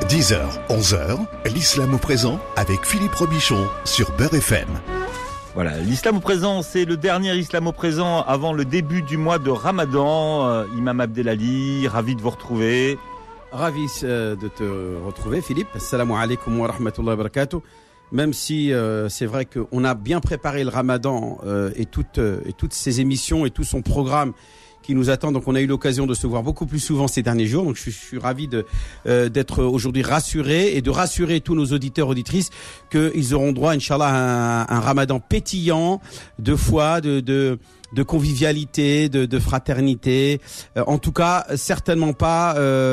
10h, 11h, l'islam au présent avec Philippe Robichon sur Beurre FM. Voilà, l'islam au présent, c'est le dernier islam au présent avant le début du mois de Ramadan. Imam Abdelali, ravi de vous retrouver. Ravi de te retrouver, Philippe. Assalamu alaikum wa rahmatullahi wa barakatuh. Même si c'est vrai qu'on a bien préparé le Ramadan et toutes ces émissions et tout son programme qui nous attend. Donc on a eu l'occasion de se voir beaucoup plus souvent ces derniers jours. Donc je suis ravi d'être aujourd'hui rassuré et de rassurer tous nos auditeurs, auditrices qu'ils auront droit, Inch'Allah, à un Ramadan pétillant de foi, de convivialité, de fraternité. En tout cas, certainement pas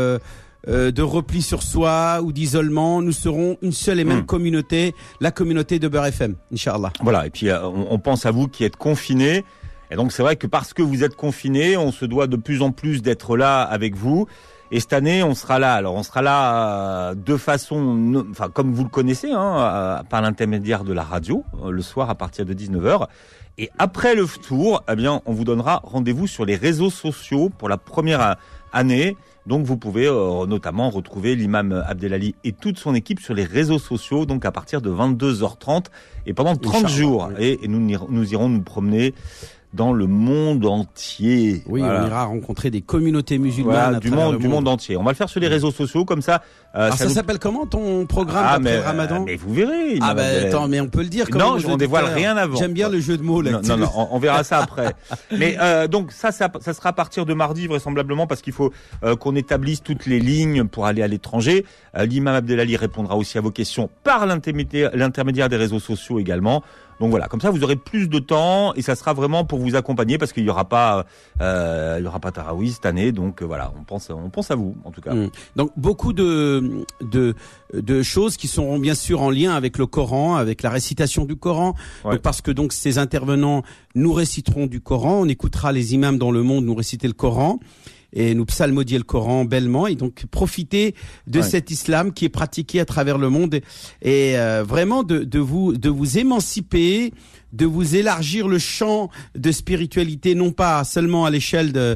de repli sur soi ou d'isolement. Nous serons une seule et même communauté, la communauté de Beurre FM, Inch'Allah. Voilà, et puis on pense à vous qui êtes confinés. Et donc c'est vrai que parce que vous êtes confinés, on se doit de plus en plus d'être là avec vous. Et cette année, on sera là. Alors on sera là de façon, enfin comme vous le connaissez, par l'intermédiaire de la radio, le soir à partir de 19h. Et après le tour, eh bien, on vous donnera rendez-vous sur les réseaux sociaux pour la première année. Donc vous pouvez notamment retrouver l'imam Abdelali et toute son équipe sur les réseaux sociaux, donc à partir de 22h30 et pendant 30 jours. Oui. Et nous irons nous promener dans le monde entier. Oui, voilà. On ira rencontrer des communautés musulmanes du monde entier. On va le faire sur les réseaux sociaux, comme ça. Alors ça s'appelle comment ton programme après le Ramadan? Mais vous verrez. Attends, mais on peut le dire. Non, on dévoile rien avant. J'aime bien le jeu de mots là. Non, on verra ça après. Mais donc ça sera à partir de mardi vraisemblablement parce qu'il faut qu'on établisse toutes les lignes pour aller à l'étranger. L'imam Abdelali répondra aussi à vos questions par l'intermédiaire des réseaux sociaux également. Donc voilà, comme ça vous aurez plus de temps et ça sera vraiment pour vous accompagner parce qu'il y aura pas Tarawih cette année. Donc voilà, on pense à vous en tout cas. Donc beaucoup de choses qui seront bien sûr en lien avec le Coran, avec la récitation du Coran. Ouais. Donc parce que donc ces intervenants nous réciteront du Coran, on écoutera les imams dans le monde nous réciter le Coran. Et nous psalmodier le Coran bellement et donc profiter de cet islam qui est pratiqué à travers le monde et vraiment de vous émanciper, de vous élargir le champ de spiritualité, non pas seulement à l'échelle de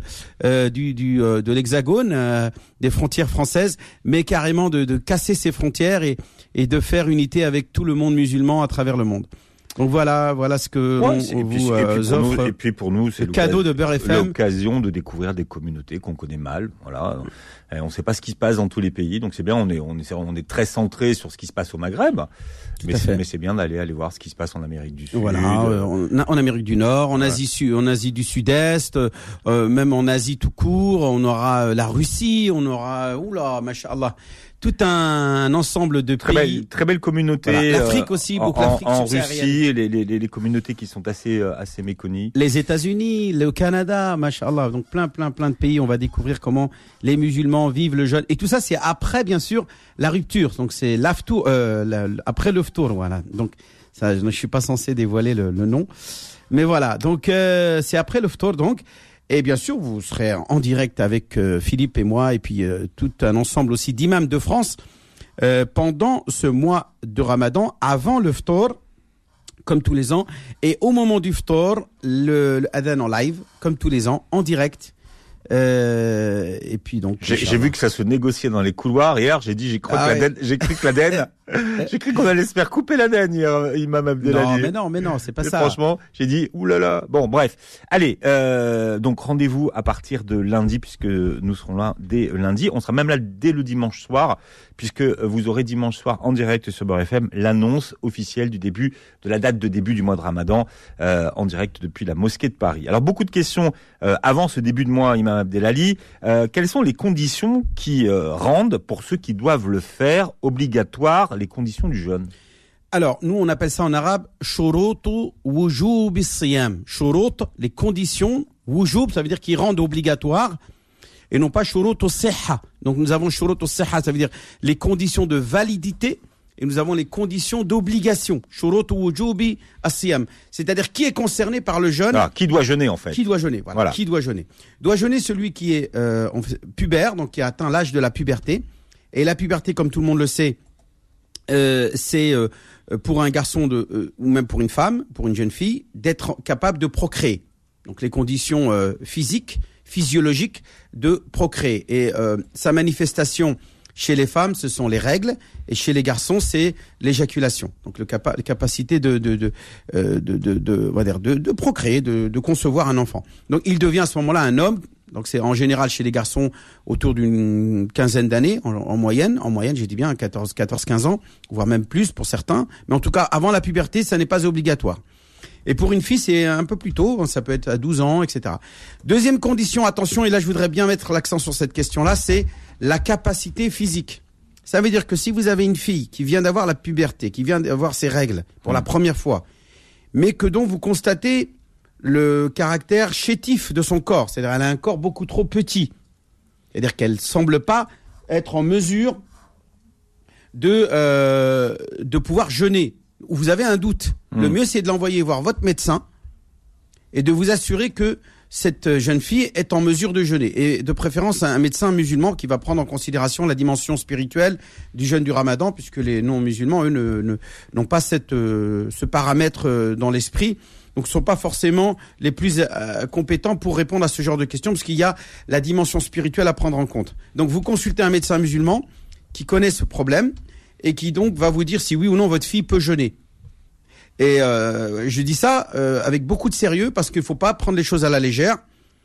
l'Hexagone, des frontières françaises, mais carrément de casser ces frontières et de faire unité avec tout le monde musulman à travers le monde. Donc voilà ce que on vous offre. Et puis pour nous, c'est le cadeau de Beurre FM. L'occasion de découvrir des communautés qu'on connaît mal. Voilà, on ne sait pas ce qui se passe dans tous les pays, donc c'est bien. On est très centré sur ce qui se passe au Maghreb, mais c'est bien d'aller voir ce qui se passe en Amérique du Sud. Voilà, en Amérique du Nord, en Asie du Sud-Est, même en Asie tout court. On aura la Russie, on aura machallah. Tout un ensemble de pays. Très belle communauté. Voilà. L'Afrique aussi, beaucoup l'Afrique en Russie, les communautés qui sont assez méconnues. Les États-Unis, le Canada, machallah. Donc plein de pays. On va découvrir comment les musulmans vivent le jeûne. Et tout ça, c'est après, bien sûr, la rupture. Donc c'est l'aftour, après le ftour, voilà. Donc ça, je suis pas censé dévoiler le nom, mais voilà. Donc c'est après le ftour, donc. Et bien sûr, vous serez en direct avec Philippe et moi, et puis tout un ensemble aussi d'imams de France pendant ce mois de Ramadan, avant le ftour, comme tous les ans, et au moment du ftour, le adhan en live, comme tous les ans, en direct. Et puis donc j'ai vu que ça se négociait dans les couloirs hier. J'ai cru qu'on allait se faire couper l'Aden hier, Imam Abdelali. Mais non, c'est pas ça. Franchement, j'ai dit oulala. Bon, bref. Allez, donc rendez-vous à partir de lundi puisque nous serons là dès lundi. On sera même là dès le dimanche soir puisque vous aurez dimanche soir en direct sur Beurre FM l'annonce officielle de la date de début du mois de Ramadan en direct depuis la mosquée de Paris. Alors beaucoup de questions avant ce début de mois, Imam Abdelali. Quelles sont les conditions qui rendent, pour ceux qui doivent le faire, obligatoire les conditions du jeûne? Alors, nous, on appelle ça en arabe shurutu wujub as-siyam. Shurut, les conditions. Wujub, ça veut dire qu'ils rendent obligatoire. Et non pas shurutu as-sihha. Donc, nous avons shurutu as-sihha, ça veut dire les conditions de validité. Et nous avons les conditions d'obligation. Shurutu wujubi as-siyam. C'est-à-dire qui est concerné par le jeûne. Qui doit jeûner, en fait. Qui doit jeûner, voilà. Qui doit jeûner. Doit jeûner celui qui est pubère, donc qui a atteint l'âge de la puberté. Et la puberté, comme tout le monde le sait, c'est pour un garçon ou même pour une femme, pour une jeune fille, d'être capable de procréer. Donc les conditions physiques, physiologiques de procréer. Et sa manifestation Chez les femmes, ce sont les règles, et chez les garçons, c'est l'éjaculation. Donc, la capacité de procréer, de concevoir un enfant. Donc, il devient à ce moment-là un homme. Donc, c'est en général chez les garçons autour d'une quinzaine d'années, en moyenne, j'ai dit bien 14-15 ans, voire même plus pour certains. Mais en tout cas, avant la puberté, ça n'est pas obligatoire. Et pour une fille, c'est un peu plus tôt, ça peut être à 12 ans, etc. Deuxième condition, attention, et là je voudrais bien mettre l'accent sur cette question-là, c'est la capacité physique. Ça veut dire que si vous avez une fille qui vient d'avoir la puberté, qui vient d'avoir ses règles pour la première fois, mais que dont vous constatez le caractère chétif de son corps, c'est-à-dire elle a un corps beaucoup trop petit, c'est-à-dire qu'elle semble pas être en mesure de pouvoir jeûner, ou vous avez un doute, le mieux c'est de l'envoyer voir votre médecin et de vous assurer que cette jeune fille est en mesure de jeûner, et de préférence un médecin musulman qui va prendre en considération la dimension spirituelle du jeûne du Ramadan, puisque les non-musulmans, eux, n'ont pas ce paramètre dans l'esprit, donc ne sont pas forcément les plus compétents pour répondre à ce genre de questions, parce qu'il y a la dimension spirituelle à prendre en compte. Donc vous consultez un médecin musulman qui connaît ce problème et qui donc va vous dire si oui ou non votre fille peut jeûner. Et je dis ça avec beaucoup de sérieux, parce qu'il ne faut pas prendre les choses à la légère.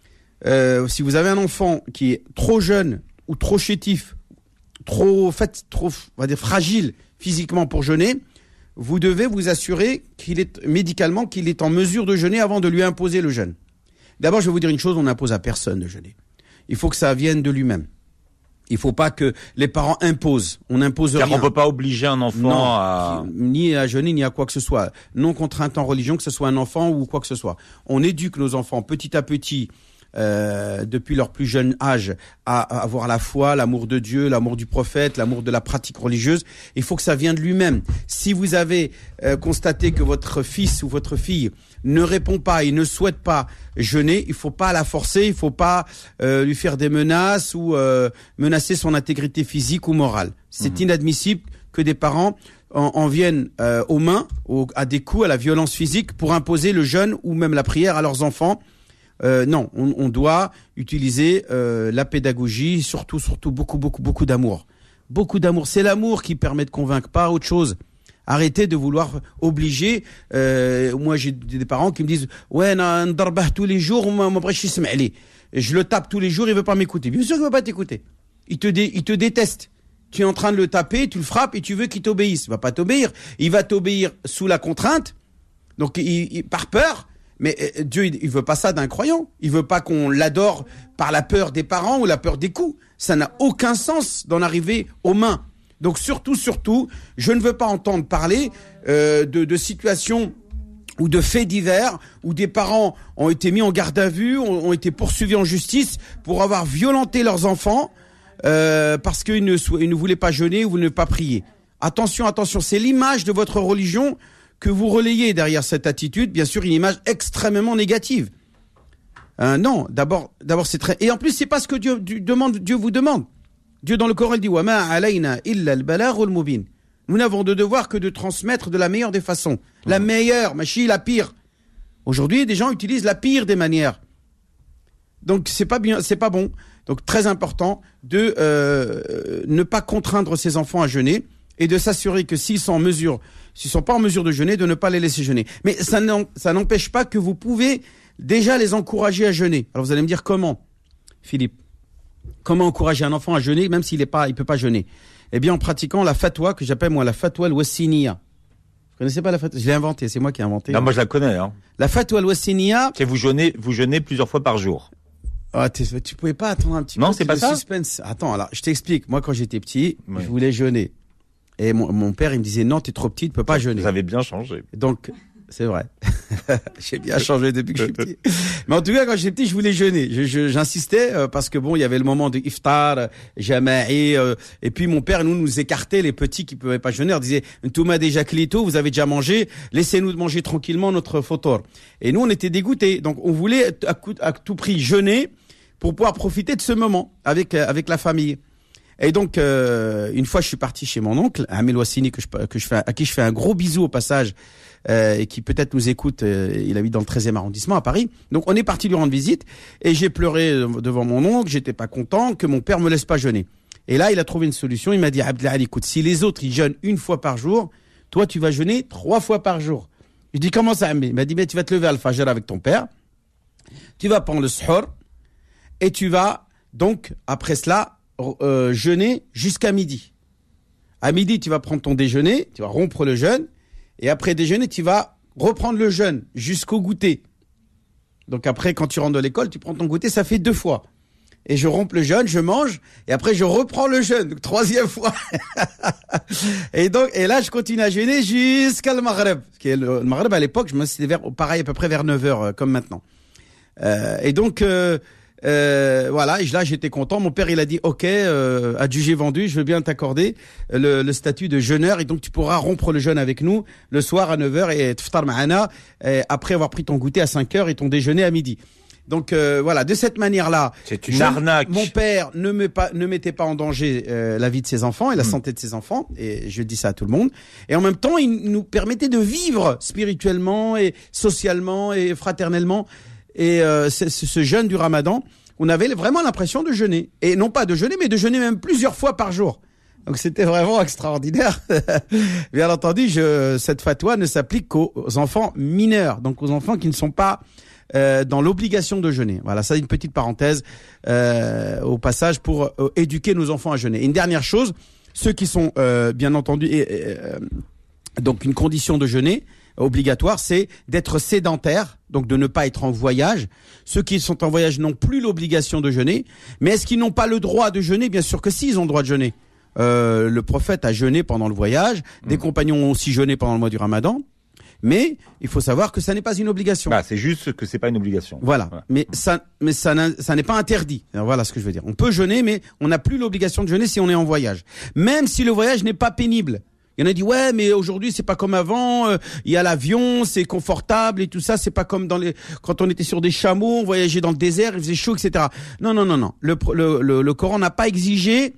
Si vous avez un enfant qui est trop jeune ou trop chétif, trop on va dire fragile physiquement pour jeûner, vous devez vous assurer qu'il est médicalement qu'il est en mesure de jeûner avant de lui imposer le jeûne. D'abord, je vais vous dire une chose, on n'impose à personne de jeûner. Il faut que ça vienne de lui-même. Il faut pas que les parents imposent. On n'impose rien. Car on peut pas obliger un enfant ni à jeûner, ni à quoi que ce soit. Non contrainte en religion, que ce soit un enfant ou quoi que ce soit. On éduque nos enfants petit à petit, depuis leur plus jeune âge, à avoir la foi, l'amour de Dieu, l'amour du prophète, l'amour de la pratique religieuse. Il faut que ça vienne de lui-même. Si vous avez constaté que votre fils ou votre fille ne répond pas, il ne souhaite pas jeûner, il faut pas la forcer, il faut pas lui faire des menaces ou menacer son intégrité physique ou morale. C'est inadmissible que des parents en viennent aux mains, à des coups, à la violence physique pour imposer le jeûne ou même la prière à leurs enfants. Non, on doit utiliser la pédagogie, surtout beaucoup d'amour. Beaucoup d'amour, c'est l'amour qui permet de convaincre, pas autre chose. Arrêtez de vouloir obliger. Moi, j'ai des parents qui me disent ouais, ndarbah tous les jours, je le tape tous les jours, il veut pas m'écouter. Bien sûr qu'il veut pas t'écouter. Il te déteste. Tu es en train de le taper, tu le frappes et tu veux qu'il t'obéisse. Il va pas t'obéir. Il va t'obéir sous la contrainte. Donc, par peur. Mais Dieu, il veut pas ça d'un croyant. Il veut pas qu'on l'adore par la peur des parents ou la peur des coups. Ça n'a aucun sens d'en arriver aux mains. Donc surtout, je ne veux pas entendre parler de situations ou de faits divers où des parents ont été mis en garde à vue, ont été poursuivis en justice pour avoir violenté leurs enfants parce qu'ils ne voulaient pas jeûner ou ne pas prier. Attention, c'est l'image de votre religion que vous relayez derrière cette attitude, bien sûr, une image extrêmement négative. Non, d'abord c'est très... Et en plus, c'est pas ce que Dieu vous demande. Dieu dans le Coran dit « Wa ma alayna illa al-balaghul mubin » Nous n'avons de devoir que de transmettre de la meilleure des façons. La meilleure, la pire. Aujourd'hui, des gens utilisent la pire des manières. Donc, c'est pas bon. Donc, très important de ne pas contraindre ses enfants à jeûner et de s'assurer que s'ils sont pas en mesure de jeûner, de ne pas les laisser jeûner. Mais ça n'empêche pas que vous pouvez déjà les encourager à jeûner. Alors, vous allez me dire comment, Philippe? Comment encourager un enfant à jeûner même s'il peut pas jeûner? Eh bien, en pratiquant la fatwa que j'appelle moi la fatwa al-Wassiniya. Vous connaissez pas la fatwa? Je l'ai inventée, c'est moi qui ai inventé. Non, moi je la connais. La fatwa al-Wassiniya. C'est vous jeûnez plusieurs fois par jour. Ah, tu pouvais pas attendre un petit peu. Non, c'est pas ça. Suspense. Attends, alors je t'explique. Moi, quand j'étais petit, je voulais jeûner. Et mon père, il me disait non, t'es trop petit, tu peux pas jeûner. Vous avez bien changé. Donc, c'est vrai. J'ai bien changé depuis que je suis petit. Mais en tout cas, quand j'étais petit, je voulais jeûner. J'insistais parce que bon, il y avait le moment de iftar, jama'i, et puis mon père nous écartait les petits qui pouvaient pas jeûner. Il disait Ntouma déjà clito, vous avez déjà mangé, laissez-nous manger tranquillement notre fotor. Et nous, on était dégoûtés. Donc, on voulait à tout prix jeûner pour pouvoir profiter de ce moment avec la famille. Et donc, une fois, je suis parti chez mon oncle, Amel Wassini, à qui je fais un gros bisou au passage, et qui peut-être nous écoute. Il habite dans le 13e arrondissement à Paris. Donc, on est parti lui rendre visite, et j'ai pleuré devant mon oncle. J'étais pas content que mon père me laisse pas jeûner. Et là, il a trouvé une solution. Il m'a dit, Abdelali, écoute, si les autres, ils jeûnent 1 fois par jour, toi, tu vas jeûner 3 fois par jour. Je dis, comment ça? Il m'a dit, mais tu vas te lever à al-Fajr avec ton père. Tu vas prendre le suhoor. Et tu vas, donc, après cela, jeûner jusqu'à midi. À midi, tu vas prendre ton déjeuner. Tu vas rompre le jeûne. Et après déjeuner, tu vas reprendre le jeûne jusqu'au goûter. Donc après, quand tu rentres de l'école, tu prends ton goûter, ça fait 2 fois. Et je romps le jeûne, je mange, et après je reprends le jeûne, donc 3e fois. et là, je continue à jeûner jusqu'à le Maghreb. Le Maghreb, à l'époque, c'était pareil, à peu près vers 9h, comme maintenant. Voilà, et là j'étais content. Mon père il a dit ok, adjugé vendu, je veux bien t'accorder le statut de jeûneur et donc tu pourras rompre le jeûne avec nous le soir à 9h et tftar ma'ana après avoir pris ton goûter à 5h et ton déjeuner à midi. Donc voilà, de cette manière-là, c'est une arnaque. Mon père ne mettait pas en danger la vie de ses enfants et la santé de ses enfants, et je dis ça à tout le monde. Et en même temps, il nous permettait de vivre spirituellement et socialement et fraternellement. Et ce jeûne du Ramadan, on avait vraiment l'impression de jeûner. Et non pas de jeûner, mais de jeûner même plusieurs fois par jour. Donc c'était vraiment extraordinaire. Bien entendu, cette fatwa ne s'applique qu'aux enfants mineurs, donc aux enfants qui ne sont pas dans l'obligation de jeûner. Voilà, ça une petite parenthèse au passage pour éduquer nos enfants à jeûner. Et une dernière chose, ceux qui sont bien entendu donc une condition de jeûner obligatoire, c'est d'être sédentaire, donc de ne pas être en voyage. Ceux qui sont en voyage n'ont plus l'obligation de jeûner, mais est-ce qu'ils n'ont pas le droit de jeûner? Bien sûr que si, ils ont le droit de jeûner. Le prophète a jeûné pendant le voyage, des compagnons ont aussi jeûné pendant le mois du Ramadan, mais il faut savoir que ça n'est pas une obligation. C'est juste que c'est pas une obligation. Voilà. Mais ça n'est pas interdit. Alors voilà ce que je veux dire. On peut jeûner, mais on n'a plus l'obligation de jeûner si on est en voyage. Même si le voyage n'est pas pénible. Il y en a dit ouais, mais aujourd'hui c'est pas comme avant. Il y a l'avion, c'est confortable et tout ça. C'est pas comme quand on était sur des chameaux, on voyageait dans le désert, il faisait chaud, etc. Non. Le Coran n'a pas exigé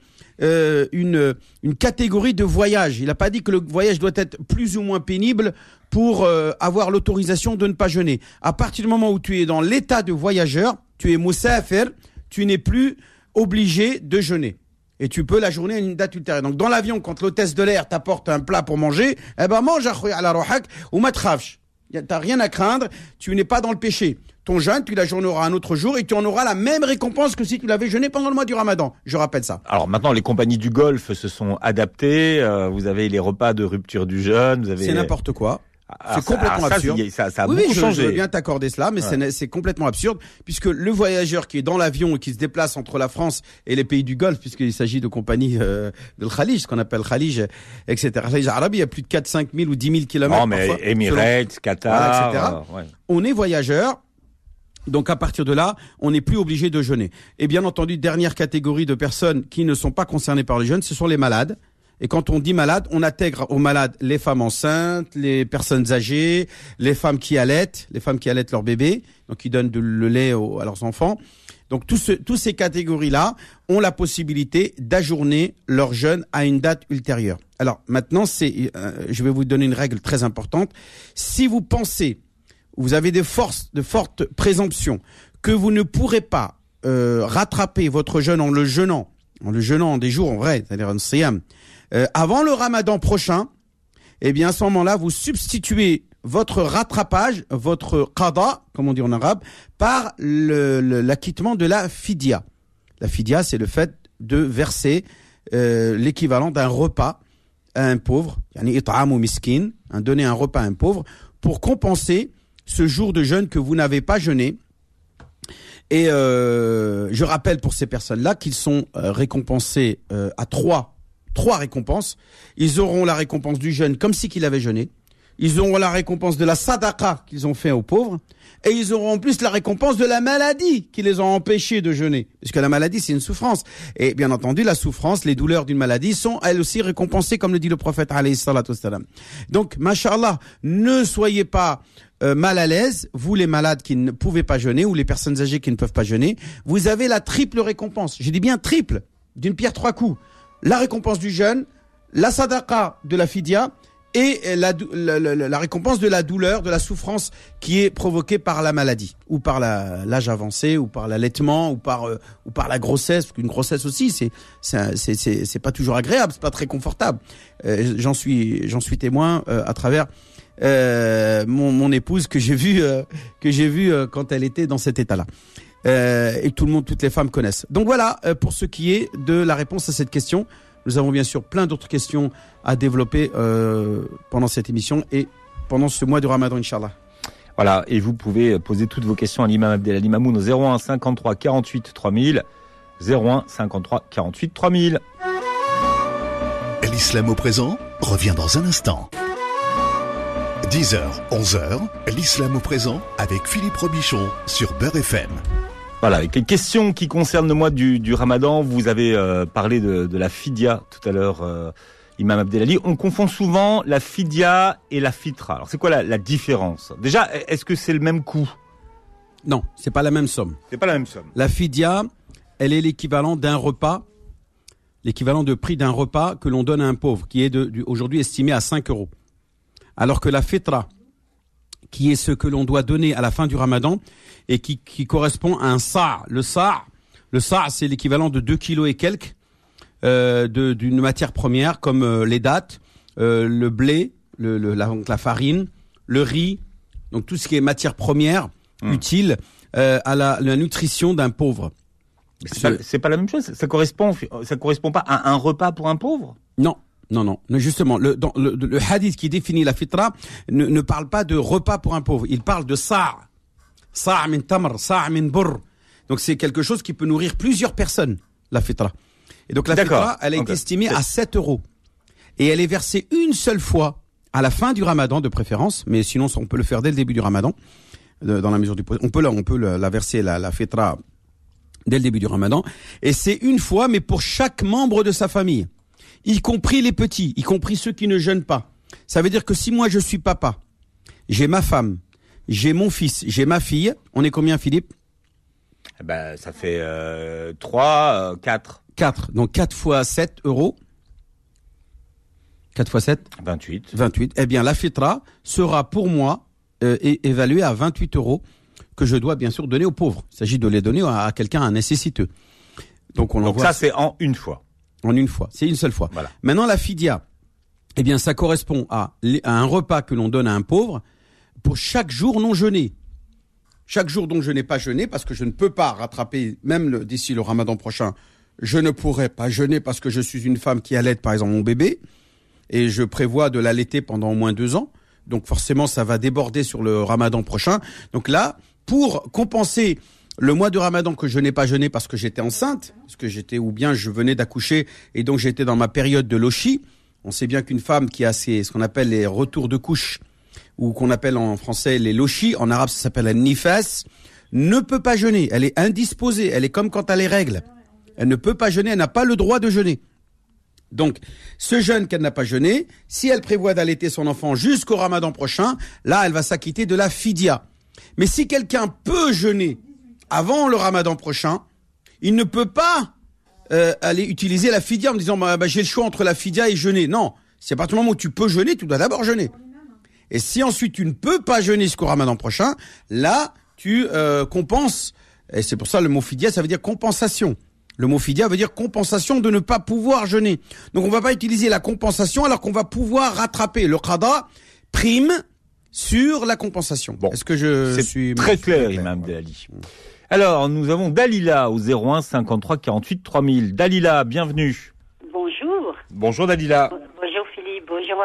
une catégorie de voyage. Il n'a pas dit que le voyage doit être plus ou moins pénible pour avoir l'autorisation de ne pas jeûner. À partir du moment où tu es dans l'état de voyageur, tu es musafir, tu n'es plus obligé de jeûner. Et tu peux la journée à une date ultérieure. Donc dans l'avion, quand l'hôtesse de l'air t'apporte un plat pour manger, mange à la rohak ou matrafsh. T'as rien à craindre, tu n'es pas dans le péché. Ton jeûne, tu la journeras un autre jour et tu en auras la même récompense que si tu l'avais jeûné pendant le mois du Ramadan. Je rappelle ça. Alors maintenant, les compagnies du Golfe se sont adaptées. Vous avez les repas de rupture du jeûne. C'est n'importe quoi. C'est complètement absurde. Ça a beaucoup changé. Je veux bien t'accorder cela, mais c'est complètement absurde, puisque le voyageur qui est dans l'avion et qui se déplace entre la France et les pays du Golfe, puisqu'il s'agit de compagnies de Khalij, ce qu'on appelle Khalij, etc. Khalij Arabi, il y a plus de 4-5 000 ou 10 000 kilomètres. Non, mais parfois, Emirates, Qatar, etc. On est voyageur. Donc à partir de là, on n'est plus obligé de jeûner. Et bien entendu, dernière catégorie de personnes qui ne sont pas concernées par le jeûne, ce sont les malades. Et quand on dit malade, on intègre aux malades les femmes enceintes, les personnes âgées, les femmes qui allaitent leur bébé, donc qui donnent le lait à leurs enfants. Donc tous ces catégories-là ont la possibilité d'ajourner leur jeûne à une date ultérieure. Alors maintenant, je vais vous donner une règle très importante. Si vous pensez, vous avez de fortes présomptions que vous ne pourrez pas rattraper votre jeûne en le jeûnant des jours en vrai, c'est-à-dire un siyam, avant le Ramadan prochain, eh bien à ce moment-là, vous substituez votre rattrapage, votre qada, comme on dit en arabe, par l'acquittement de la fidya. La fidya, c'est le fait de verser l'équivalent d'un repas à un pauvre, yani it'amu miskin, donner un repas à un pauvre, pour compenser ce jour de jeûne que vous n'avez pas jeûné. Et je rappelle pour ces personnes-là qu'ils sont récompensés à trois récompenses. Ils auront la récompense du jeûne comme si qu'ils avaient jeûné. Ils auront la récompense de la sadaqa qu'ils ont fait aux pauvres. Et ils auront en plus la récompense de la maladie qui les a empêchés de jeûner. Parce que la maladie, c'est une souffrance. Et bien entendu, la souffrance, les douleurs d'une maladie sont elles aussi récompensées, comme le dit le prophète alayhi salatu wassalam. Donc, masha'Allah, ne soyez pas mal à l'aise, vous les malades qui ne pouvez pas jeûner ou les personnes âgées qui ne peuvent pas jeûner. Vous avez la triple récompense. Je dis bien triple, d'une pierre trois coups. La récompense du jeûne, la sadaqa de la fidya et la récompense de la douleur, de la souffrance qui est provoquée par la maladie ou par l'âge avancé ou par l'allaitement ou par la grossesse, parce qu'une grossesse aussi c'est pas toujours agréable, c'est pas très confortable. J'en suis témoin à travers mon épouse que j'ai vu quand elle était dans cet état-là. Et toutes les femmes connaissent. Donc voilà pour ce qui est de la réponse à cette question. Nous avons bien sûr plein d'autres questions à développer pendant cette émission et pendant ce mois de Ramadan, Inch'Allah. Voilà, et vous pouvez poser toutes vos questions à l'imam Abdelali Mamoun au 01 53 48 3000. 01 53 48 3000. L'islam au présent revient dans un instant. 10h, 11h, l'islam au présent avec Philippe Robichon sur Beurre FM. Voilà, avec les questions qui concernent le mois du Ramadan, vous avez parlé de la fidya tout à l'heure, Imam Abdelali. On confond souvent la fidya et la fitra. Alors c'est quoi la différence? Déjà, est-ce que c'est le même coût? Non, c'est pas la même somme. C'est pas la même somme. La fidya, elle est l'équivalent d'un repas, l'équivalent de prix d'un repas que l'on donne à un pauvre, qui est aujourd'hui estimé à 5 €. Alors que la fitra, qui est ce que l'on doit donner à la fin du Ramadan et qui correspond à un sa'. Le sa', c'est l'équivalent de 2 kilos et quelques d'une matière première comme les dattes, le blé, la farine, le riz, donc tout ce qui est matière première utile à la nutrition d'un pauvre. C'est pas la même chose. Ça correspond pas à un repas pour un pauvre? Non. Justement, le hadith qui définit la fitra ne parle pas de repas pour un pauvre. Il parle de sa' min tamr, sa' min burr. Donc c'est quelque chose qui peut nourrir plusieurs personnes, la fitra. Et donc la fitra, elle est estimée à 7 €. Et elle est versée une seule fois à la fin du Ramadan de préférence, mais sinon on peut le faire dès le début du Ramadan, dans la mesure du possible. On peut la verser la fitra dès le début du Ramadan. Et c'est une fois, mais pour chaque membre de sa famille. Y compris les petits, y compris ceux qui ne jeûnent pas. Ça veut dire que si moi je suis papa, j'ai ma femme, j'ai mon fils, j'ai ma fille, on est combien, Philippe? Ça fait 3, 4. 4, donc 4 fois 7 €. 4 fois 7 28. Eh bien, la fitra sera pour moi évaluée à 28 € que je dois bien sûr donner aux pauvres. Il s'agit de les donner à quelqu'un, à un nécessiteux. Donc ça, c'est en une fois. En une fois, c'est une seule fois. Voilà. Maintenant, la fidya, eh bien, ça correspond à un repas que l'on donne à un pauvre pour chaque jour non jeûné. Chaque jour dont je n'ai pas jeûné, parce que je ne peux pas rattraper, même d'ici le Ramadan prochain, je ne pourrai pas jeûner parce que je suis une femme qui allaite, par exemple, mon bébé, et je prévois de l'allaiter pendant au moins 2 ans. Donc forcément, ça va déborder sur le Ramadan prochain. Donc là, pour compenser le mois de Ramadan que je n'ai pas jeûné parce que j'étais enceinte, ou bien je venais d'accoucher et donc j'étais dans ma période de lochi. On sait bien qu'une femme qui a ce qu'on appelle les retours de couche, ou qu'on appelle en français les lochis, en arabe ça s'appelle un nifas, ne peut pas jeûner. Elle est indisposée, elle est comme quand elle a les règles. Elle ne peut pas jeûner, elle n'a pas le droit de jeûner. Donc, ce jeûne qu'elle n'a pas jeûné, si elle prévoit d'allaiter son enfant jusqu'au Ramadan prochain, là, elle va s'acquitter de la fidya. Mais si quelqu'un peut jeûner avant le Ramadan prochain, il ne peut pas aller utiliser la fidya en disant j'ai le choix entre la fidya et jeûner. Non, c'est à partir du moment où tu peux jeûner, tu dois d'abord jeûner. Et si ensuite tu ne peux pas jeûner jusqu'au Ramadan prochain, là, tu compenses. Et c'est pour ça le mot fidya, ça veut dire compensation. Le mot fidya veut dire compensation de ne pas pouvoir jeûner. Donc on va pas utiliser la compensation alors qu'on va pouvoir rattraper. Le qada prime sur la compensation. Bon, est-ce que je suis très clair, Imam Abdelali. Alors, nous avons Dalila au 01 53 48 3000. Dalila, bienvenue. Bonjour. Bonjour Dalila. Bonjour Philippe, bonjour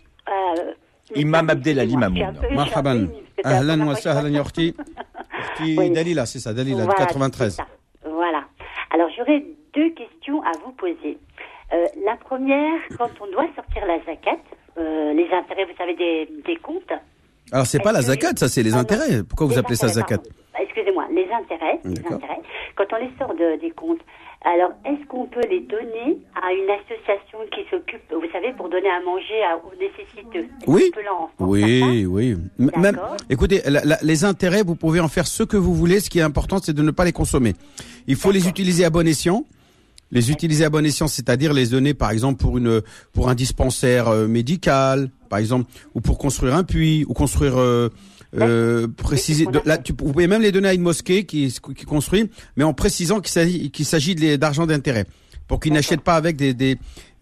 Imam Abdelali Mamoun. Marhaban. Ahlan wa sahlan ya ukhti. Oui. Dalila, c'est ça, Dalila, voilà, du 93. Voilà. Alors, j'aurais 2 questions à vous poser. La première, quand on doit sortir la zakat, les intérêts, vous savez, des comptes. Alors, c'est pas la zakat, ça, c'est les intérêts. Pourquoi vous appelez ça zakat? Excusez-moi, les intérêts. Quand on les sort des comptes, alors, est-ce qu'on peut les donner à une association qui s'occupe, vous savez, pour donner à manger aux nécessiteux? Oui. Oui. Même, écoutez, les intérêts, vous pouvez en faire ce que vous voulez. Ce qui est important, c'est de ne pas les consommer. Il faut les utiliser à bon escient. Les utiliser à bon escient, c'est-à-dire les donner, par exemple, pour un dispensaire médical, par exemple, ou pour construire un puits, ou construire préciser. Vous pouvez même les donner à une mosquée qui construit, mais en précisant qu'il s'agit d'argent d'intérêt, pour qu'ils n'achètent pas avec des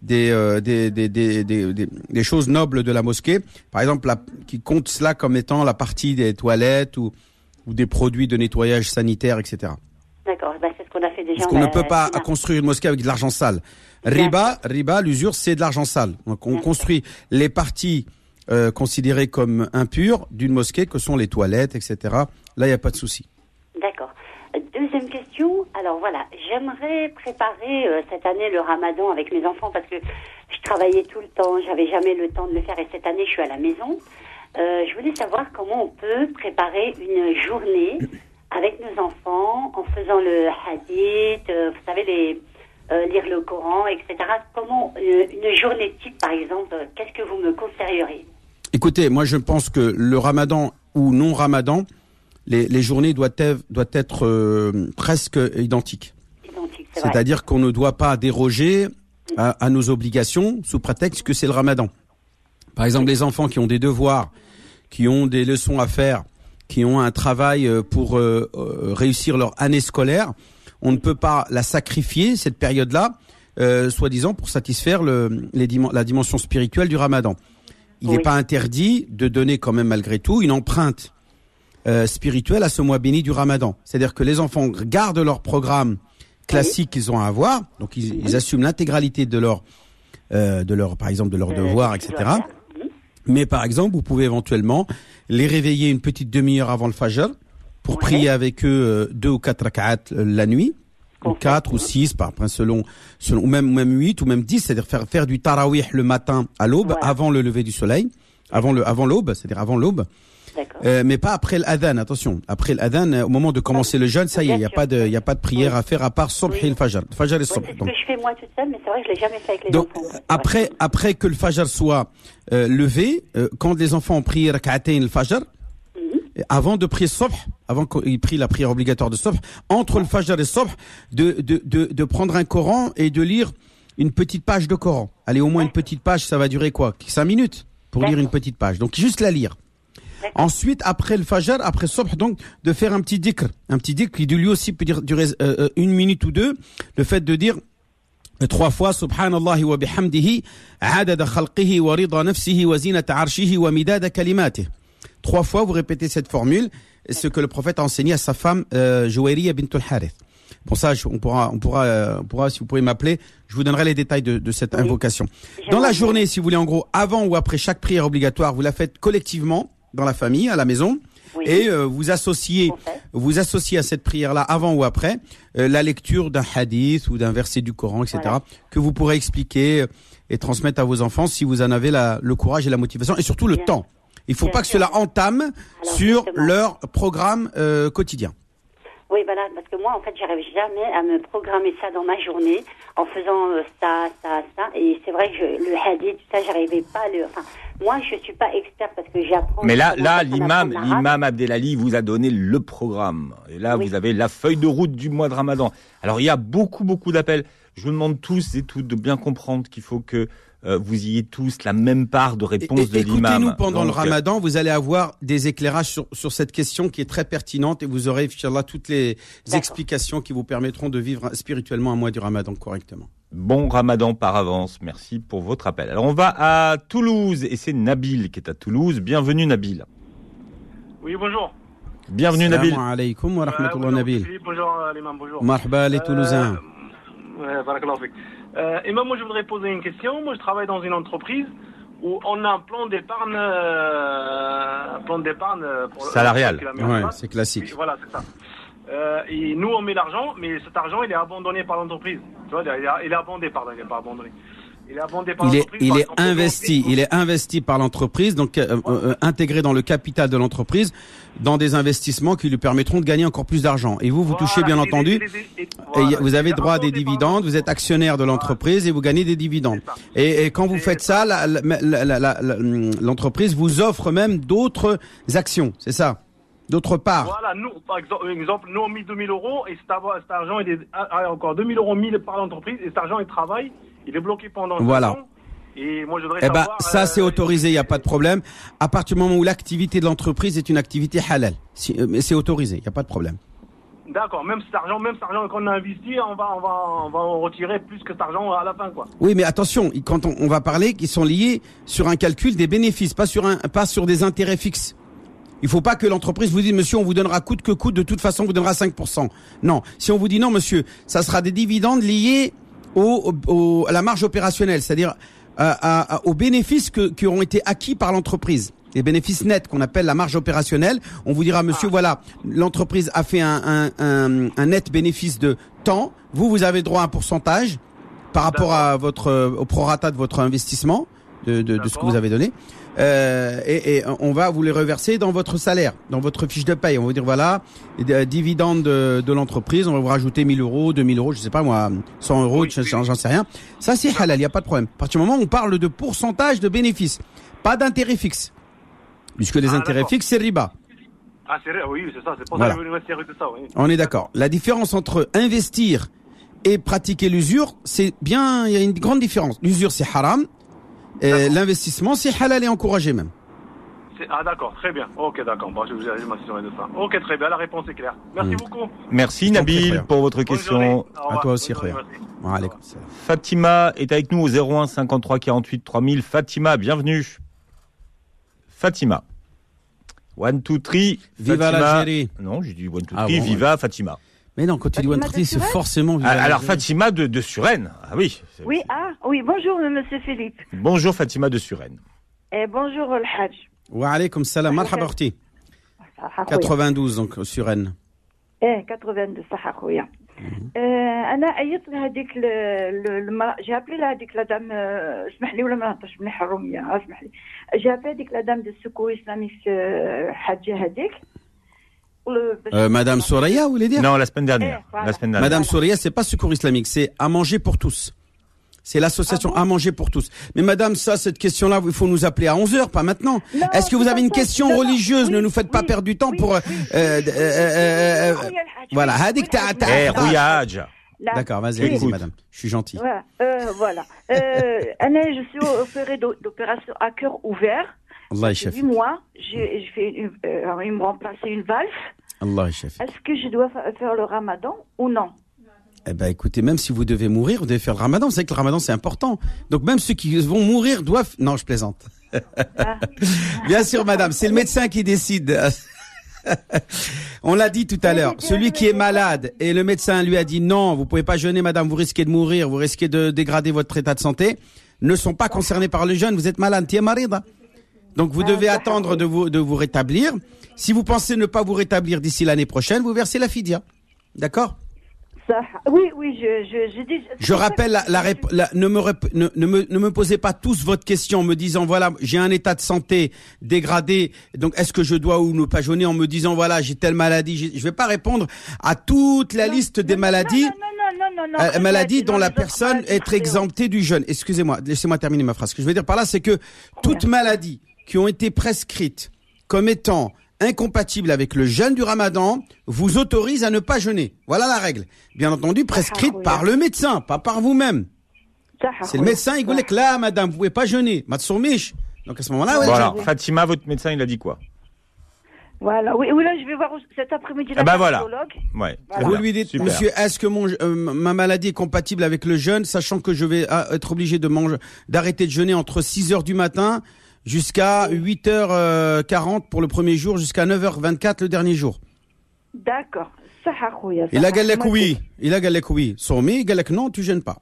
choses nobles de la mosquée, par exemple, qui comptent cela comme étant la partie des toilettes ou des produits de nettoyage sanitaire, etc. D'accord, c'est ce qu'on a fait déjà. Parce qu'on ne peut pas construire une mosquée avec de l'argent sale. Riba, l'usure, c'est de l'argent sale. Donc on construit les parties considérées comme impures d'une mosquée, que sont les toilettes, etc. Là, il n'y a pas de souci. D'accord. Deuxième question. Alors voilà, j'aimerais préparer cette année le Ramadan avec mes enfants parce que je travaillais tout le temps, j'avais jamais le temps de le faire et cette année je suis à la maison. Je voulais savoir comment on peut préparer une journée avec nos enfants en faisant le hadith, vous savez, lire le Coran, etc. Comment une journée type, par exemple, qu'est-ce que vous me conseilleriez? Écoutez, moi je pense que le Ramadan ou non Ramadan, les journées doivent être presque identiques. C'est-à-dire qu'on ne doit pas déroger à nos obligations sous prétexte que c'est le Ramadan. Par exemple, les enfants qui ont des devoirs, qui ont des leçons à faire, qui ont un travail pour réussir leur année scolaire, on ne peut pas la sacrifier, cette période-là, soi-disant pour satisfaire la dimension spirituelle du Ramadan. Il n'est pas interdit de donner quand même malgré tout une empreinte spirituelle à ce mois béni du Ramadan. C'est-à-dire que les enfants gardent leur programme classique qu'ils ont à avoir, donc ils assument l'intégralité de leur par exemple de leurs devoirs, etc. Mais par exemple, vous pouvez éventuellement les réveiller une petite demi-heure avant le Fajr pour prier avec eux 2 ou 4 rak'at la nuit, ou 4 ou 6, après selon ou même 8 ou même 10, c'est-à-dire faire du tarawih le matin à l'aube, avant le lever du soleil, avant l'aube, c'est-à-dire avant l'aube. Mais pas après l'adhan, attention. Après l'adhan, au moment de commencer le jeûne, ça y est, il y a pas de prière à faire à part subh et le fajr. Fajr et subh. C'est ce que je fais moi toute seule, mais c'est vrai que je l'ai jamais fait avec les enfants. Après que le fajr soit levé, quand les enfants ont prié rak'atayn le fajr, avant de prier subh, avant qu'ils prient la prière obligatoire de subh, entre le fajr et le subh, de prendre un Coran et de lire une petite page de Coran. Allez, au moins une petite page, ça va durer quoi? 5 minutes pour lire une petite page. Donc juste la lire. Ensuite, après le Fajr, après Subh, donc, de faire un petit dhikr qui lui aussi peut durer 1 minute ou 2. Le fait de dire 3 fois Subhanallahi wa bihamdihi, adada khalqihi wa rida nafsihi wa zinata arshihi wa midada kalimatih. 3 fois, vous répétez cette formule, ce que le prophète a enseigné à sa femme Juwayriya bint al-Harith. Bon, ça, on pourra, si vous pouvez m'appeler, je vous donnerai les détails de cette invocation. Dans la journée, si vous voulez, en gros, avant ou après chaque prière obligatoire, vous la faites collectivement dans la famille, à la maison, et vous associez à cette prière-là, avant ou après, la lecture d'un hadith ou d'un verset du Coran, etc., que vous pourrez expliquer et transmettre à vos enfants si vous en avez le courage et la motivation, et surtout le temps. Il ne faut pas que cela entame sur leur programme quotidien. Oui, voilà, parce que moi, en fait, j'arrive jamais à me programmer ça dans ma journée en faisant ça. Et c'est vrai que le hadith, tout ça, j'arrivais pas à moi, je suis pas experte parce que j'apprends. Mais là, l'imam Abdelali vous a donné le programme. Et là, vous avez la feuille de route du mois de Ramadan. Alors, il y a beaucoup d'appels. Je vous demande tous et toutes de bien comprendre qu'il faut que vous ayez tous la même part de réponse de l'imam. Écoutez-nous pendant le Ramadan, vous allez avoir des éclairages sur cette question qui est très pertinente et vous aurez, inchallah, toutes les explications qui vous permettront de vivre spirituellement un mois du Ramadan correctement. Bon Ramadan par avance, merci pour votre appel. Alors on va à Toulouse et c'est Nabil qui est à Toulouse. Bienvenue Nabil. Oui, bonjour. Bienvenue Nabil. Salam alaikum wa rahmatullah Nabil. Bonjour l'imam, bonjour. Marhaba les Toulousains. Barakallahu fik. Imam, moi je voudrais poser une question. Moi je travaille dans une entreprise où on a un plan d'épargne pour salarial. Ouais, c'est classique. Oui, voilà, c'est ça. Et nous on met l'argent, mais cet argent il est abandonné par l'entreprise. Tu vois, il est abondé, pardon, il n'est pas abandonné. Il est abondé par l'entreprise. Il est investi par l'entreprise, donc intégré dans le capital de l'entreprise, dans des investissements qui lui permettront de gagner encore plus d'argent. Et vous touchez bien entendu, vous avez droit à des dividendes, vous êtes actionnaire de l'entreprise et vous gagnez des dividendes. Et quand vous faites ça, l'entreprise vous offre même d'autres actions, c'est ça? D'autre part. Voilà, nous, par exemple, nous on met 2000 euros et cet argent, il est encore 2000 euros mis par l'entreprise et cet argent, il travaille, il est bloqué pendant 5 ans. Et moi, je voudrais savoir. Ça, c'est autorisé, il n'y a pas de problème. À partir du moment où l'activité de l'entreprise est une activité halal, c'est autorisé, il n'y a pas de problème. D'accord, même cet argent qu'on a investi, on va en retirer plus que cet argent à la fin, quoi. Oui, mais attention, quand on va parler, qu'ils sont liés sur un calcul des bénéfices, pas sur des intérêts fixes. Il faut pas que l'entreprise vous dise, monsieur, on vous donnera coûte que coûte, de toute façon, on vous donnera 5%. Non. Si on vous dit non, monsieur, ça sera des dividendes liés à la marge opérationnelle, c'est-à-dire aux bénéfices qui auront été acquis par l'entreprise. Les bénéfices nets qu'on appelle la marge opérationnelle. On vous dira, monsieur, voilà, l'entreprise a fait un net bénéfice de temps. Vous avez droit à un pourcentage par rapport à au prorata de votre investissement, de ce que vous avez donné. Et on va vous les reverser dans votre salaire, dans votre fiche de paye. On va vous dire, voilà, dividendes de l'entreprise, on va vous rajouter 1000 euros, 2000 euros, je sais pas moi, 100 euros, j'en sais rien. Ça, c'est halal, il n'y a pas de problème. À partir du moment où on parle de pourcentage de bénéfices, pas d'intérêt fixe. Puisque les intérêts fixes, c'est riba. Ah, c'est vrai, oui, c'est ça, c'est pour voilà. ça que je voulais de ça, oui. On est d'accord. La différence entre investir et pratiquer l'usure, c'est bien, il y a une grande différence. L'usure, c'est haram. L'investissement, c'est halal et encouragé même. Ah d'accord, très bien. Ok, d'accord. Bon, je vous ai m'assurer de ça. Ok, très bien. La réponse est claire. Merci beaucoup. Merci Nabil pour votre question. À toi aussi, Khoya. Fatima est avec nous au 01 53 48 3000. Fatima, bienvenue. Fatima. 1, 2, 3. Viva l'Algérie. Non, j'ai dit 1, 2, 3. Viva Fatima. Mais non, quand tu dis 1, 2, 3, c'est forcément Viva l'Algérie. Alors Fatima de Suresnes. Ah oui. Oui, bonjour monsieur Philippe. Bonjour Fatima de Suresnes. Et bonjour le Hajj. Wa alaykoum salam, marhaba akhti. 92 donc Suresnes. 82 صح خويا. انا عيطت لهذيك j'ai appelé هذيك la dame اسمح لي ولا ما نهضرش مليح الروميه اسمح لي. J'ai appelé هذيك la dame de secours islamique حاجه هذيك. Madame Soraya, vous voulez dire? Non, la semaine dernière. Voilà. Madame Soraya, c'est pas secours islamique, c'est à manger pour tous. C'est l'association à manger pour tous. Mais madame, cette question-là, il faut nous appeler à 11h, pas maintenant. Non, est-ce que vous avez une question religieuse? Ne nous faites pas perdre du temps pour... Voilà. D'accord, vas-y, allez-y, madame. Je suis gentil. Voilà. Je suis opérée d'opération à cœur ouvert. Allah 8 mois. Ils m'ont remplacé une valve. Allah Est-ce que je dois faire le ramadan ou non? Eh ben, écoutez, même si vous devez mourir, vous devez faire le ramadan. Vous savez que le ramadan, c'est important. Donc, même ceux qui vont mourir doivent... Non, je plaisante. Bien sûr, madame, c'est le médecin qui décide. On l'a dit tout à l'heure. Celui qui est malade et le médecin lui a dit non, vous pouvez pas jeûner, madame, vous risquez de mourir, vous risquez de dégrader votre état de santé, ne sont pas concernés par le jeûne. Vous êtes malade, tiens marida. Donc, vous devez attendre de vous rétablir. Si vous pensez ne pas vous rétablir d'ici l'année prochaine, vous versez la fidia. D'accord? Oui, je dis. Je rappelle ne me posez pas tous votre question en me disant voilà, j'ai un état de santé dégradé, donc est-ce que je dois ou ne pas jeûner en me disant voilà, j'ai telle maladie, je vais pas répondre à toute la liste des maladies. Non. Maladies dont la personne est exemptée du jeûne. Excusez-moi, laissez-moi terminer ma phrase. Ce que je veux dire par là, c'est que toutes maladies qui ont été prescrites comme étant incompatible avec le jeûne du ramadan, vous autorise à ne pas jeûner. Voilà la règle. Bien entendu, prescrite par le médecin, pas par vous-même. C'est le médecin, il dit que là, madame, vous pouvez pas jeûner. Matsourmish. Donc à ce moment-là, ouais. Voilà. Fatima, votre médecin, il a dit quoi? Voilà. Oui, là, je vais voir cet après-midi la cardiologue. Ouais. Voilà. Vous lui dites, super. Monsieur, est-ce que ma maladie est compatible avec le jeûne, sachant que je vais être obligé d'arrêter de jeûner entre 6h du matin jusqu'à 8h40 pour le premier jour, jusqu'à 9h24 le dernier jour. D'accord. Il a galek oui. Soumi, il galek non, tu gênes pas.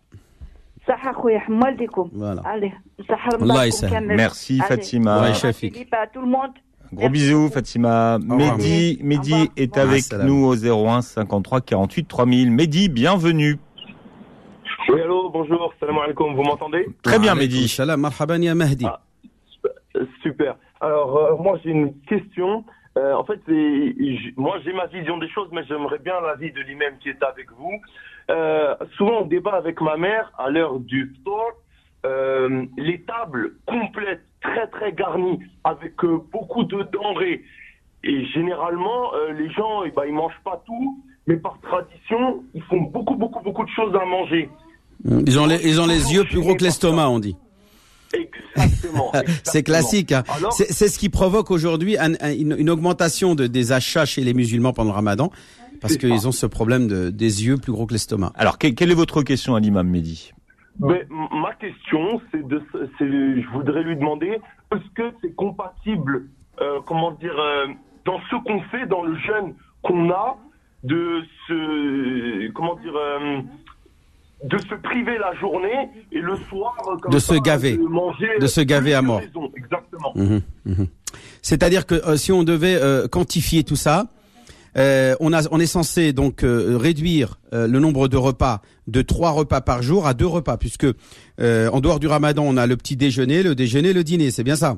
Voilà. Allez. Merci Fatima. À tout le monde. Gros bisous Fatima. Mehdi est avec nous au 01 53 48 3000. Mehdi, bienvenue. Oui, allô, bonjour, salam alaikum, vous m'entendez? Très bien Mehdi. Salam, marhaban ya Mehdi. Super. Alors, moi, j'ai une question. En fait, moi, j'ai ma vision des choses, mais j'aimerais bien l'avis de l'imam qui est avec vous. Souvent, on débat avec ma mère à l'heure du sport. Les tables complètes, très, très garnies, avec beaucoup de denrées. Et généralement, les gens, ils mangent pas tout, mais par tradition, ils font beaucoup de choses à manger. Ils ont les yeux plus gros que l'estomac, on dit. Exactement. C'est classique. Hein. Alors, c'est ce qui provoque aujourd'hui une augmentation des achats chez les musulmans pendant le Ramadan, parce qu'ils ont ce problème des yeux plus gros que l'estomac. Alors, quelle est votre question à l'imam Mehdi? Mais ma question, je voudrais lui demander, est-ce que c'est compatible, dans ce qu'on fait, dans le jeûne qu'on a, de se priver la journée et le soir de se gaver à mort. Exactement. C'est-à-dire que si on devait quantifier tout ça, on est censé donc réduire le nombre de repas de 3 repas par jour à 2 repas, puisque en dehors du Ramadan, on a le petit déjeuner, le dîner, c'est bien ça.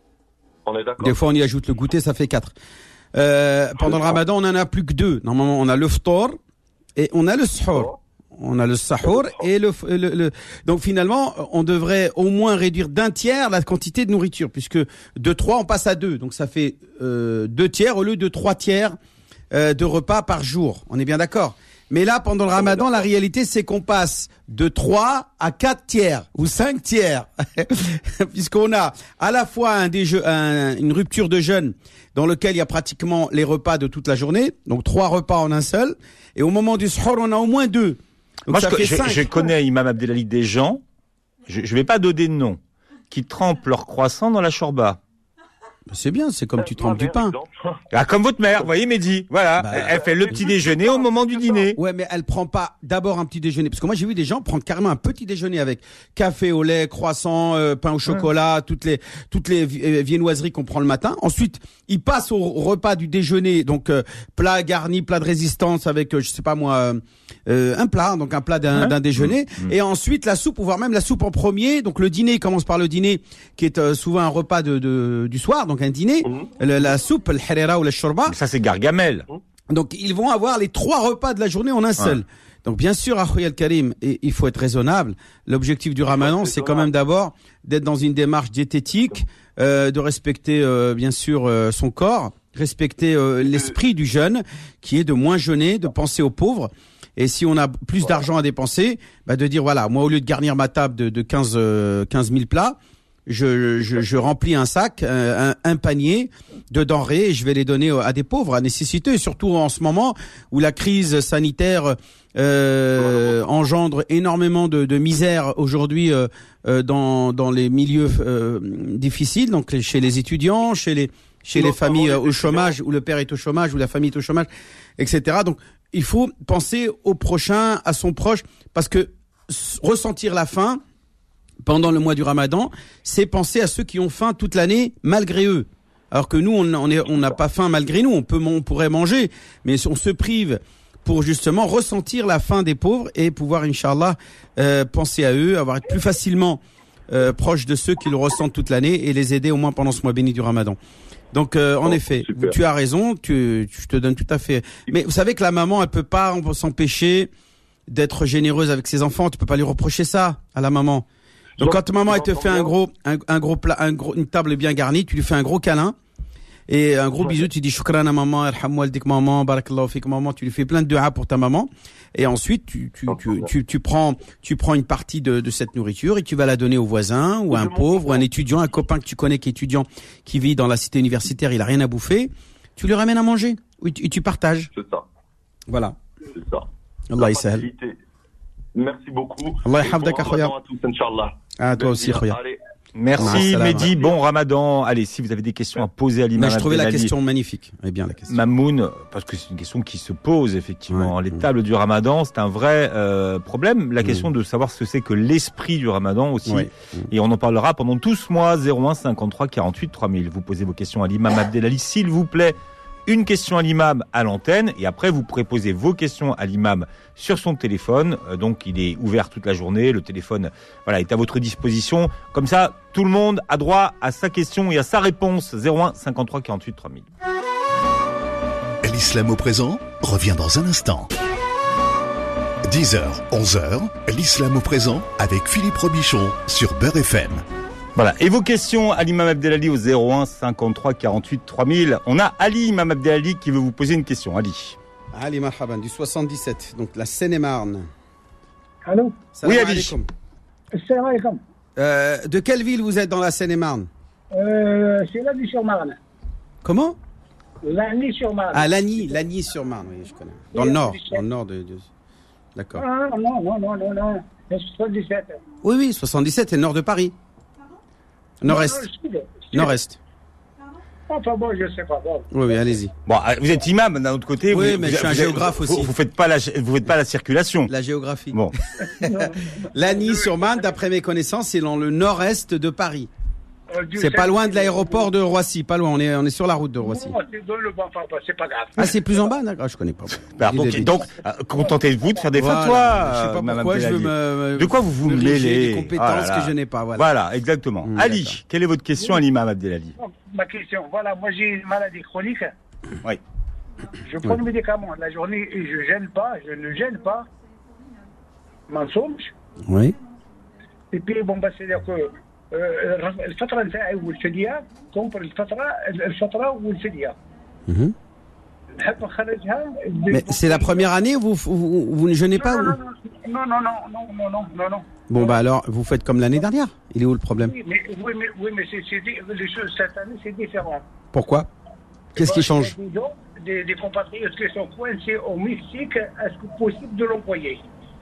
On est d'accord. Des fois, on y ajoute le goûter, ça fait 4. Pendant le Ramadan, on en a plus que 2. Normalement, on a le ftor et on a le suhour. On a le sahour et donc finalement, on devrait au moins réduire d'un tiers la quantité de nourriture, puisque de 3, on passe à 2. Donc ça fait 2 tiers au lieu de 3 tiers de repas par jour. On est bien d'accord. Mais là, pendant le Ramadan, la réalité, c'est qu'on passe de 3 à 4 tiers ou 5 tiers, puisqu'on a à la fois une rupture de jeûne dans lequel il y a pratiquement les repas de toute la journée, donc 3 repas en un seul, et au moment du suhour, on a au moins 2. Donc moi, ça fait 5. Je connais, Imam Abdelali, des gens, je vais pas donner de nom, qui trempent leur croissant dans la shorba. C'est bien, c'est comme tu trempes du pain. Ah, comme votre mère, vous voyez, Mehdi. Voilà. Elle fait le petit déjeuner au moment du dîner. Ouais, mais elle prend pas d'abord un petit déjeuner. Parce que moi, j'ai vu des gens prendre carrément un petit déjeuner avec café au lait, croissant, pain au chocolat, toutes les viennoiseries qu'on prend le matin. Ensuite, ils passent au repas du déjeuner. Donc, plat garni, plat de résistance avec, je sais pas moi, un plat. Donc, un plat d'un déjeuner. Et ensuite, la soupe, ou voire même la soupe en premier. Donc, le dîner commence par le dîner, qui est souvent un repas du soir. Donc un dîner, la soupe, le harira ou la shorba. Ça c'est Gargamel. Donc ils vont avoir les 3 repas de la journée en un seul. Donc bien sûr, Akhoya al-Karim, il faut être raisonnable. L'objectif du Ramadan, c'est quand même d'abord d'être dans une démarche diététique, de respecter bien sûr son corps, respecter l'esprit du jeûne, qui est de moins jeûner, de penser aux pauvres. Et si on a plus d'argent à dépenser, de dire voilà, moi au lieu de garnir ma table de 15 000 plats, je remplis un sac, un panier de denrées et je vais les donner à des pauvres, à nécessiteux, surtout en ce moment où la crise sanitaire engendre énormément de misère aujourd'hui dans les milieux difficiles, donc chez les étudiants, chez les familles au chômage, où le père est au chômage, où la famille est au chômage, etc. Donc il faut penser au prochain, à son proche, parce que ressentir la faim pendant le mois du Ramadan, c'est penser à ceux qui ont faim toute l'année malgré eux. Alors que nous, on n'a pas faim malgré nous. On pourrait manger, mais on se prive pour justement ressentir la faim des pauvres et pouvoir, Inch'Allah, penser à eux, être plus facilement proche de ceux qui le ressentent toute l'année et les aider au moins pendant ce mois béni du Ramadan. Donc, en effet, super. Tu as raison. Je te donne tout à fait. Mais vous savez que la maman, elle peut pas s'empêcher d'être généreuse avec ses enfants. Tu peux pas lui reprocher ça à la maman. Donc quand maman elle te fait un gros plat, une table bien garnie, tu lui fais un gros câlin et un gros bisou, tu dis shukran à maman, alhamou aldik maman, barakallahu fik maman, tu lui fais plein de dua pour ta maman et ensuite tu prends une partie de cette nourriture et tu vas la donner au voisin ou à un pauvre ou à un étudiant, un copain que tu connais qui est étudiant, qui vit dans la cité universitaire, il a rien à bouffer, tu lui ramènes à manger et tu partages. C'est ça. Voilà. C'est ça. Allah yasahal. Merci beaucoup. Allah yahfadek akhoya. À toi aussi, Khoya. Merci Mehdi, bon Ramadan. Allez, si vous avez des questions à poser à l'imam Abdelali. Je trouvais la question magnifique. Elle est bien la question. Mamoun, parce que c'est une question qui se pose effectivement. Les tables du Ramadan, c'est un vrai problème. La question de savoir ce que c'est que l'esprit du Ramadan aussi. Et on en parlera pendant tout ce mois. 01 53 48 3000. Vous posez vos questions à l'imam Abdelali, s'il vous plaît. Une question à l'imam à l'antenne et après vous pourrez poser vos questions à l'imam sur son téléphone. Donc il est ouvert toute la journée, le téléphone est à votre disposition. Comme ça, tout le monde a droit à sa question et à sa réponse. 01 53 48 3000. L'islam au présent revient dans un instant. 10h, 11h, l'islam au présent avec Philippe Robichon sur Beurre FM. Voilà. Et vos questions à l'imam Abdelali au 01 53 48 3000. On a Ali, imam Abdelali, qui veut vous poser une question. Ali. Ali marhaban, du 77, donc la Seine-et-Marne. Allô? Oui, Ali. Salam alaikum. De quelle ville vous êtes dans la Seine-et-Marne? C'est Lagny-sur-Marne. Comment? Lagny-sur-Marne. Ah, Lagny-sur-Marne, oui, je connais. Dans le nord de... D'accord. Ah, non. C'est 77. Oui, 77, c'est le nord de Paris. Nord-est. Nord-est. Enfin bon, je sais pas. Bon. Oui, allez-y. Bon, vous êtes imam d'un autre côté. Oui, vous, mais je suis un géographe aussi. Vous faites pas la circulation. La géographie. Bon. Lagny-sur-Marne, d'après mes connaissances, c'est dans le nord-est de Paris. C'est pas loin de l'aéroport de Roissy, pas loin. On est sur la route de Roissy. Non, c'est dans le bas, c'est pas grave. Ah, c'est plus en bas, d'accord. Je connais pas. Donc, contentez-vous de faire des fatwas. Je sais pas pourquoi je veux me. De quoi vous mêlez des compétences que je n'ai pas. Voilà, exactement. Ali, d'accord. quelle est votre question à l'imam Abdelali? Ma question, voilà, moi j'ai une maladie chronique. Oui. Je prends le médicament la journée et je ne gêne pas. Mensonge. Oui. Et puis bon, c'est-à-dire que الفترة نتاعي والفدية كومبر الفترة والفدية. نحب نخرجها. Mais c'est la première année où vous ne jeûnez pas? Non. Bon bah alors vous faites comme l'année dernière. Il est où le problème? Oui, mais les choses cette année c'est différent. Pourquoi? Qu'est-ce qui change? Des compatriotes qui sont coincés au Mexique, est-ce que possible de l'envoyer?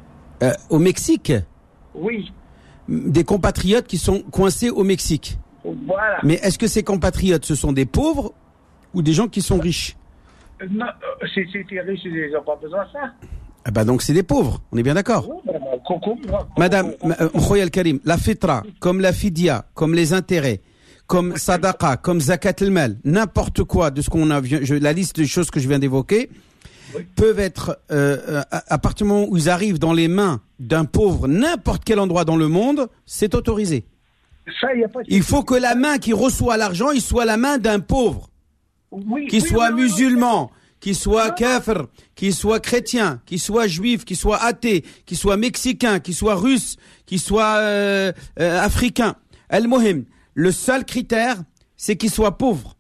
Au Mexique? Oui. Des compatriotes qui sont coincés au Mexique. Voilà. Mais est-ce que ces compatriotes, ce sont des pauvres ou des gens qui sont riches? Non, si c'était riche, ils n'ont pas besoin de ça. Ah bah donc c'est des pauvres, on est bien d'accord. Madame Mkhoya Al-Karim, la fitra, comme la fidia, comme les intérêts, comme sadaqa, comme zakat al-mal, n'importe quoi de ce qu'on a vu, la liste de choses que je viens d'évoquer, peuvent être, à partir du moment où ils arrivent dans les mains d'un pauvre, n'importe quel endroit dans le monde, c'est autorisé. Ça, y a pas de... Il faut que la main qui reçoit l'argent, il soit la main d'un pauvre, soit musulman, qui soit kafir, qui soit chrétien, qui soit juif, qui soit athée, qui soit mexicain, qui soit russe, qui soit africain. Al-Muhim, le seul critère, c'est qu'il soit pauvre.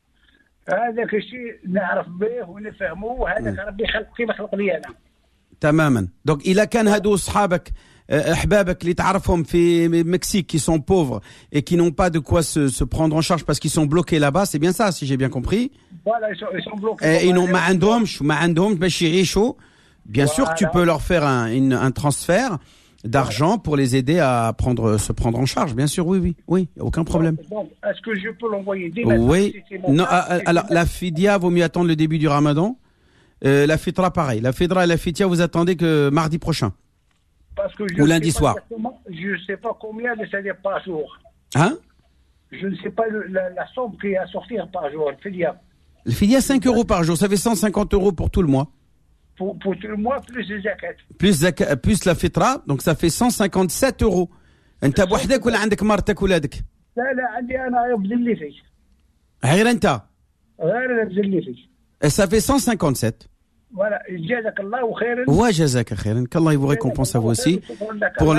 هذاك الشيء نعرف به ونفهمه وهذاك ربي خلق كيما خلق لي انا. تماما. Donc إذا كان هادو أصحابك أحبابك اللي تعرفهم في Mexique qui sont pauvres et qui n'ont pas de quoi se prendre en charge parce qu'ils sont bloqués là-bas, c'est bien ça si j'ai bien compris. Voilà, ils sont bloqués. Et ils n'ont ما عندهمش باش يعيشوا. Bien sûr que tu peux leur faire un transfert d'argent pour les aider à se prendre en charge, bien sûr, oui, aucun problème. Donc, est-ce que je peux l'envoyer dès maintenant? Oui. Non, alors la fidia vaut mieux attendre le début du Ramadan. La fitra pareil. La fitra et la fidia vous attendez que mardi prochain. Parce que ou lundi soir. Je ne sais pas combien de salaire par jour. Hein? Je ne sais pas la somme qui est à sortir par jour. Le fidia. Le fidia 5 € par jour, ça fait 150 € pour tout le mois. Pour tout le mois, plus les zakat. Plus la fitra, donc ça fait 157 €. انت بوحدك ولا عندك مرتك ولادك؟ لا عندي انا بزلي فيه. غير انت؟ غير بزلي فيه. Et ça fait 157. Voilà, جزاك الله خيرا. وجزاك خيرا. qu'Allah vous récompense à vous aussi pour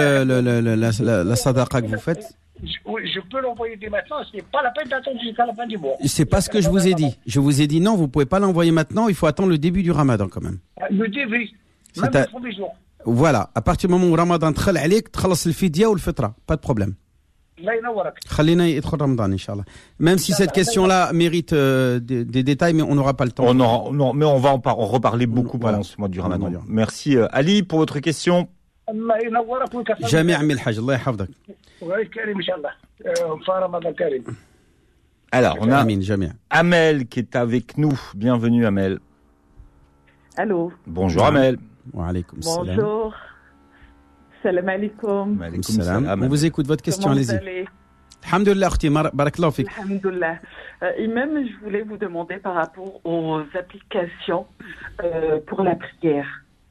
la sadaqa que vous faites. Je peux l'envoyer dès maintenant, c'est pas la peine d'attendre jusqu'à la fin du mois. C'est pas ce que je vous ai dit. Je vous ai dit non, vous pouvez pas l'envoyer maintenant, il faut attendre le début du Ramadan quand même. Le début, même le premier jour. Voilà, à partir du moment où Ramadan تخل عليك تخلص الفدية والفطرة, pas de problème. الله ينورك. خلينا يدخل رمضان إن شاء الله. Même si cette question-là mérite des détails, mais on n'aura pas le temps. Non, mais on va en reparler beaucoup pendant ce mois du Ramadan. Merci Ali pour votre question. الله ينورك ويكفيك. جميع عمي الحاج الله يحفظك. ويكرم إن شاء الله. رمضان الكريم. Alors, on a Amel qui est avec nous. Bienvenue Amel. Allô. Bonjour Amel. Wa alaykoum salam. Bonjour. Salam alaikum. Wa alaykoum salam. On vous écoute, votre question, allez-y. Alhamdulillah, akhti, barakallahu fik. Alhamdulillah. Et même, je voulais vous demander par rapport aux applications pour la prière.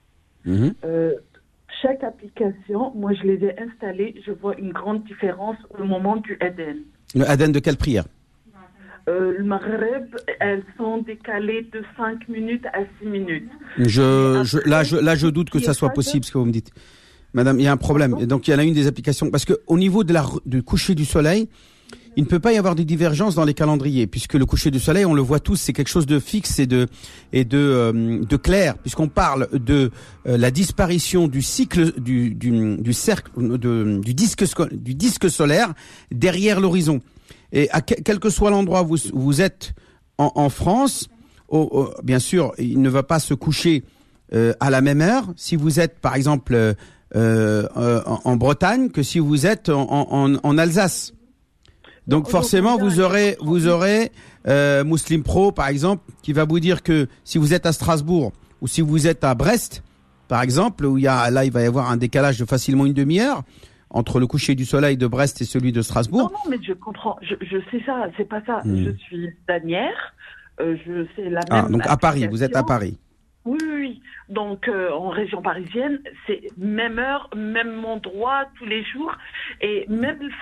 Chaque application, moi je les ai installées, je vois une grande différence au moment du Adhan. Le Adhan de quelle prière? Le Maghreb, elles sont décalées de 5 minutes à 6 minutes. Là, je doute que ça soit possible, ce que vous me dites. Madame, il y a un problème. Et donc, il y en a une des applications. Parce que au niveau du coucher du soleil, il ne peut pas y avoir des divergences dans les calendriers, puisque le coucher du soleil, on le voit tous, c'est quelque chose de fixe et de clair, puisqu'on parle de la disparition du cycle du cercle du disque solaire derrière l'horizon. Et quel que soit l'endroit où vous êtes en France, bien sûr, il ne va pas se coucher à la même heure si vous êtes, par exemple, en Bretagne, que si vous êtes en Alsace. Donc forcément, vous aurez Muslim Pro, par exemple, qui va vous dire que si vous êtes à Strasbourg ou si vous êtes à Brest, par exemple, où il va y avoir un décalage de facilement une demi-heure entre le coucher du soleil de Brest et celui de Strasbourg. Non, mais je comprends. Je sais ça. C'est pas ça. Je suis danière. Je sais la même. Ah, donc à Paris. Vous êtes à Paris. Oui. Donc en région parisienne, c'est même heure, même endroit tous les jours, et même le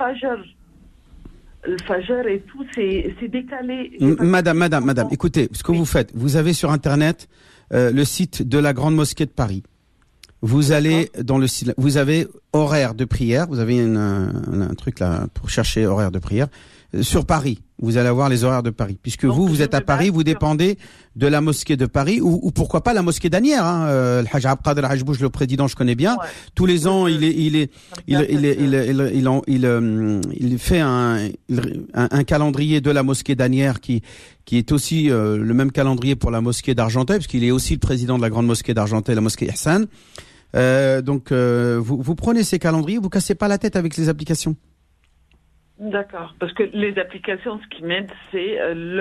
Fajr et tout, c'est décalé. Madame, écoutez, ce que vous faites, vous avez sur Internet le site de la Grande Mosquée de Paris. Vous allez dans le site, vous avez horaire de prière, vous avez un truc là pour chercher horaire de prière. Sur Paris, vous allez avoir les horaires de Paris. Puisque donc, vous êtes à Paris, vous dépendez de la mosquée de Paris ou pourquoi pas la mosquée d'Anières. Le Hajj Abqadr Hajbouj, le président, je connais bien. Ouais. Tous les ans, il fait un calendrier de la mosquée d'Anières qui est aussi le même calendrier pour la mosquée d'Argenteuil, parce qu'il est aussi le président de la grande mosquée d'Argenteuil, la mosquée Ihsan. Donc, vous prenez ces calendriers, vous cassez pas la tête avec les applications. D'accord, parce que les applications, ce qui m'aide, c'est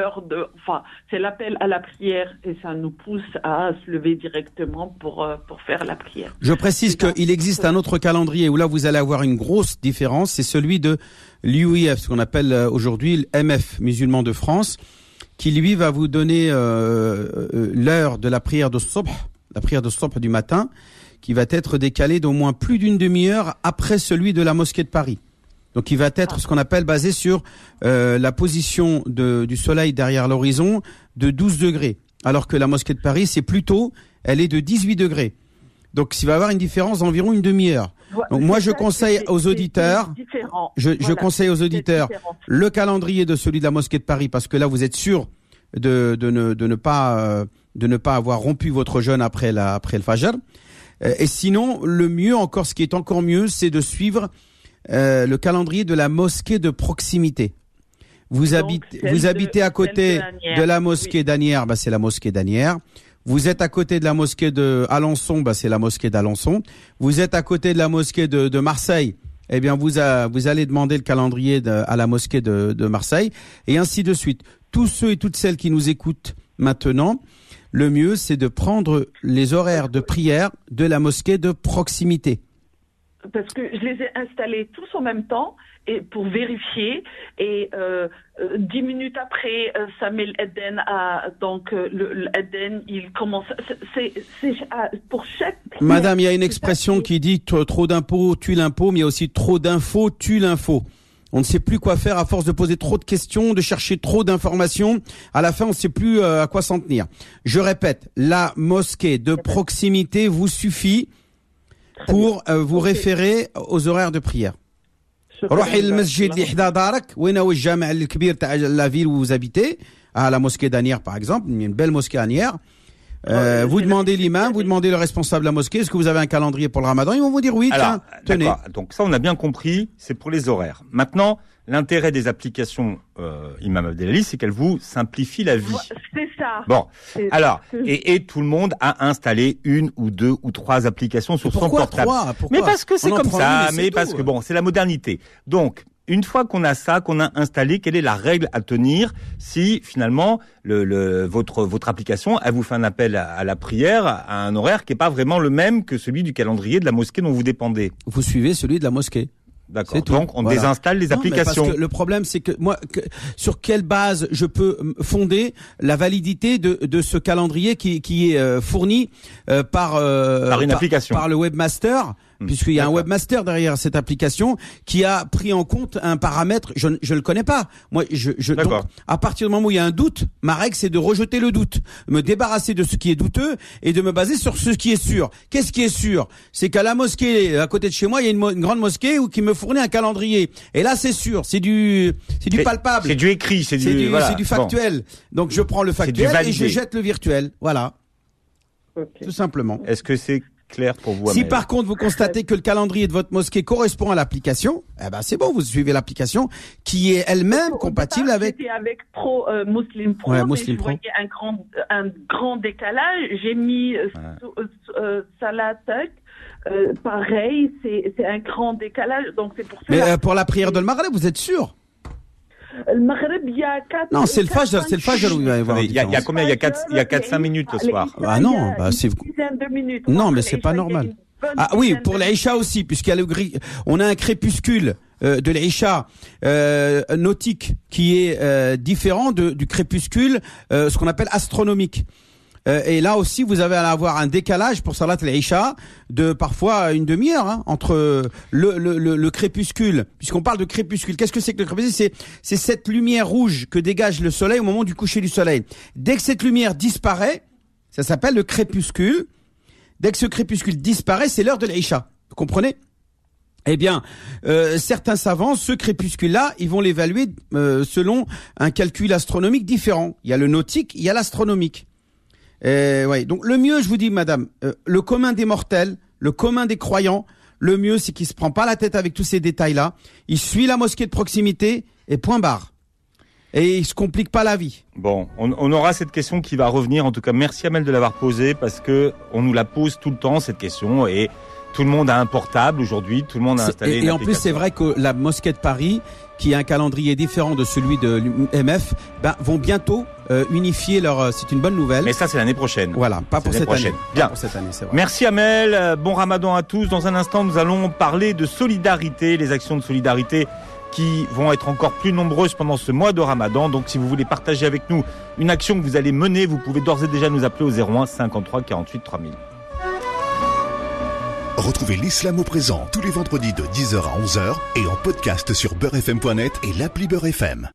c'est l'appel à la prière, et ça nous pousse à se lever directement pour faire la prière. Je précise qu'il existe un autre calendrier où là vous allez avoir une grosse différence, c'est celui de l'UIF, ce qu'on appelle aujourd'hui le MF, Musulmans de France, qui lui va vous donner l'heure de la prière de Subh, la prière de Subh du matin, qui va être décalée d'au moins plus d'une demi-heure après celui de la mosquée de Paris. Donc il va être ce qu'on appelle basé sur la position du soleil derrière l'horizon de 12 degrés. Alors que la mosquée de Paris, c'est plutôt, elle est de 18 degrés. Donc il va y avoir une différence d'environ une demi-heure. Donc moi je conseille aux auditeurs, conseille aux auditeurs le calendrier de celui de la mosquée de Paris, parce que là vous êtes sûr de ne pas avoir rompu votre jeûne après le Fajr. Et sinon, le mieux encore, ce qui est encore mieux, c'est de suivre le calendrier de la mosquée de proximité. Vous habitez à côté de la mosquée d'Anières, c'est la mosquée d'Anières. Vous êtes à côté de la mosquée d'Alençon, c'est la mosquée d'Alençon. Vous êtes à côté de la mosquée de Marseille, eh bien vous allez demander le calendrier à la mosquée de Marseille, et ainsi de suite. Tous ceux et toutes celles qui nous écoutent maintenant, le mieux c'est de prendre les horaires de prière de la mosquée de proximité. Parce que je les ai installés tous en même temps et pour vérifier, et 10 minutes après ça met l'Eden donc l'Eden il commence, c'est pour chaque prière. Madame, il y a une expression qui dit trop d'impôts tue l'impôt, mais il y a aussi trop d'infos tue l'info. On ne sait plus quoi faire à force de poser trop de questions, de chercher trop d'informations. À la fin, on ne sait plus à quoi s'en tenir. Je répète, la mosquée de proximité vous suffit pour vous référer aux horaires de prière. روحي المسجد اللي حدا دارك وين هو الجامع الكبير تاع la ville où vous habitez, à la mosquée d'Anières par exemple, une belle mosquée à Anières. Vous demandez l'imam, vous demandez le responsable de la mosquée, est-ce que vous avez un calendrier pour le Ramadan? Ils vont vous dire oui. Alors, tiens, tenez. Donc ça, on a bien compris, c'est pour les horaires. Maintenant, l'intérêt des applications Imam Abdelali, c'est qu'elles vous simplifient la vie. C'est ça. Bon, alors, et tout le monde a installé une ou deux ou trois applications sur son portable. Pourquoi mais parce que c'est comme ça, mais parce que bon, c'est la modernité. Donc, une fois qu'on a ça, qu'on a installé, quelle est la règle à tenir si finalement votre application, elle vous fait un appel à la prière à un horaire qui est pas vraiment le même que celui du calendrier de la mosquée dont vous dépendez? Vous suivez celui de la mosquée. D'accord. Donc on désinstalle les applications. Parce que le problème, c'est que sur quelle base je peux fonder la validité de ce calendrier qui est fourni par une application, par le webmaster puisqu'il y a un webmaster derrière cette application qui a pris en compte un paramètre. Je le connais pas. Moi, donc, à partir du moment où il y a un doute, ma règle c'est de rejeter le doute, me débarrasser de ce qui est douteux et de me baser sur ce qui est sûr. Qu'est-ce qui est sûr? C'est qu'à la mosquée à côté de chez moi, il y a une grande mosquée qui me fournit un calendrier. Et là, c'est sûr, c'est du palpable. C'est du écrit, c'est du factuel. Bon. Donc je prends le factuel et je jette le virtuel. Voilà. Okay. Tout simplement. Est-ce que c'est clair pour vous, Si par contre vous constatez que le calendrier de votre mosquée correspond à l'application, c'est bon, vous suivez l'application qui est elle-même compatible avec. J'étais avec Muslim Pro, mais je voyais un grand décalage. J'ai mis Salatek. Pareil, c'est un grand décalage, donc c'est pour ça. Mais pour la prière de Maghreb, vous êtes sûr? Le Maghreb, il y a 4. Non, c'est le Fajr où il va y avoir. Il y a combien? Il y a 4-5 minutes le soir. Ah non, c'est. De minutes. Non, mais c'est pas normal. Ah oui, pour l'Aïcha aussi, puisqu'il y a on a un crépuscule de l'Aïcha nautique qui est différent du crépuscule, ce qu'on appelle astronomique. Et là aussi, vous avez à avoir un décalage pour Salat al-Isha de parfois une demi-heure entre le crépuscule. Puisqu'on parle de crépuscule, qu'est-ce que c'est que le crépuscule? C'est cette lumière rouge que dégage le soleil au moment du coucher du soleil. Dès que cette lumière disparaît, ça s'appelle le crépuscule. Dès que ce crépuscule disparaît, c'est l'heure de l'Isha. Vous comprenez? Eh bien, certains savants, ce crépuscule-là, ils vont l'évaluer selon un calcul astronomique différent. Il y a le nautique, il y a l'astronomique. Ouais. Donc le mieux, je vous dis, madame, le commun des mortels, le commun des croyants, le mieux, c'est qu'il se prend pas la tête avec tous ces détails-là. Il suit la mosquée de proximité et point barre. Et il se complique pas la vie. Bon, on aura cette question qui va revenir. En tout cas, merci Amel de l'avoir posée parce que on nous la pose tout le temps, cette question, et tout le monde a un portable aujourd'hui, tout le monde a installé. Et en plus, c'est vrai que la mosquée de Paris, qui a un calendrier différent de celui de l'UMF, vont bientôt unifier leur. C'est une bonne nouvelle. Mais ça, c'est l'année prochaine. Voilà, pas pour cette année. Bien. Pas pour cette année, c'est vrai. Merci Amel. Bon Ramadan à tous. Dans un instant, nous allons parler de solidarité, les actions de solidarité qui vont être encore plus nombreuses pendant ce mois de Ramadan. Donc, si vous voulez partager avec nous une action que vous allez mener, vous pouvez d'ores et déjà nous appeler au 01 53 48 3000. Retrouvez l'Islam au présent tous les vendredis de 10h à 11h et en podcast sur beurrefm.net et l'appli Beurre FM.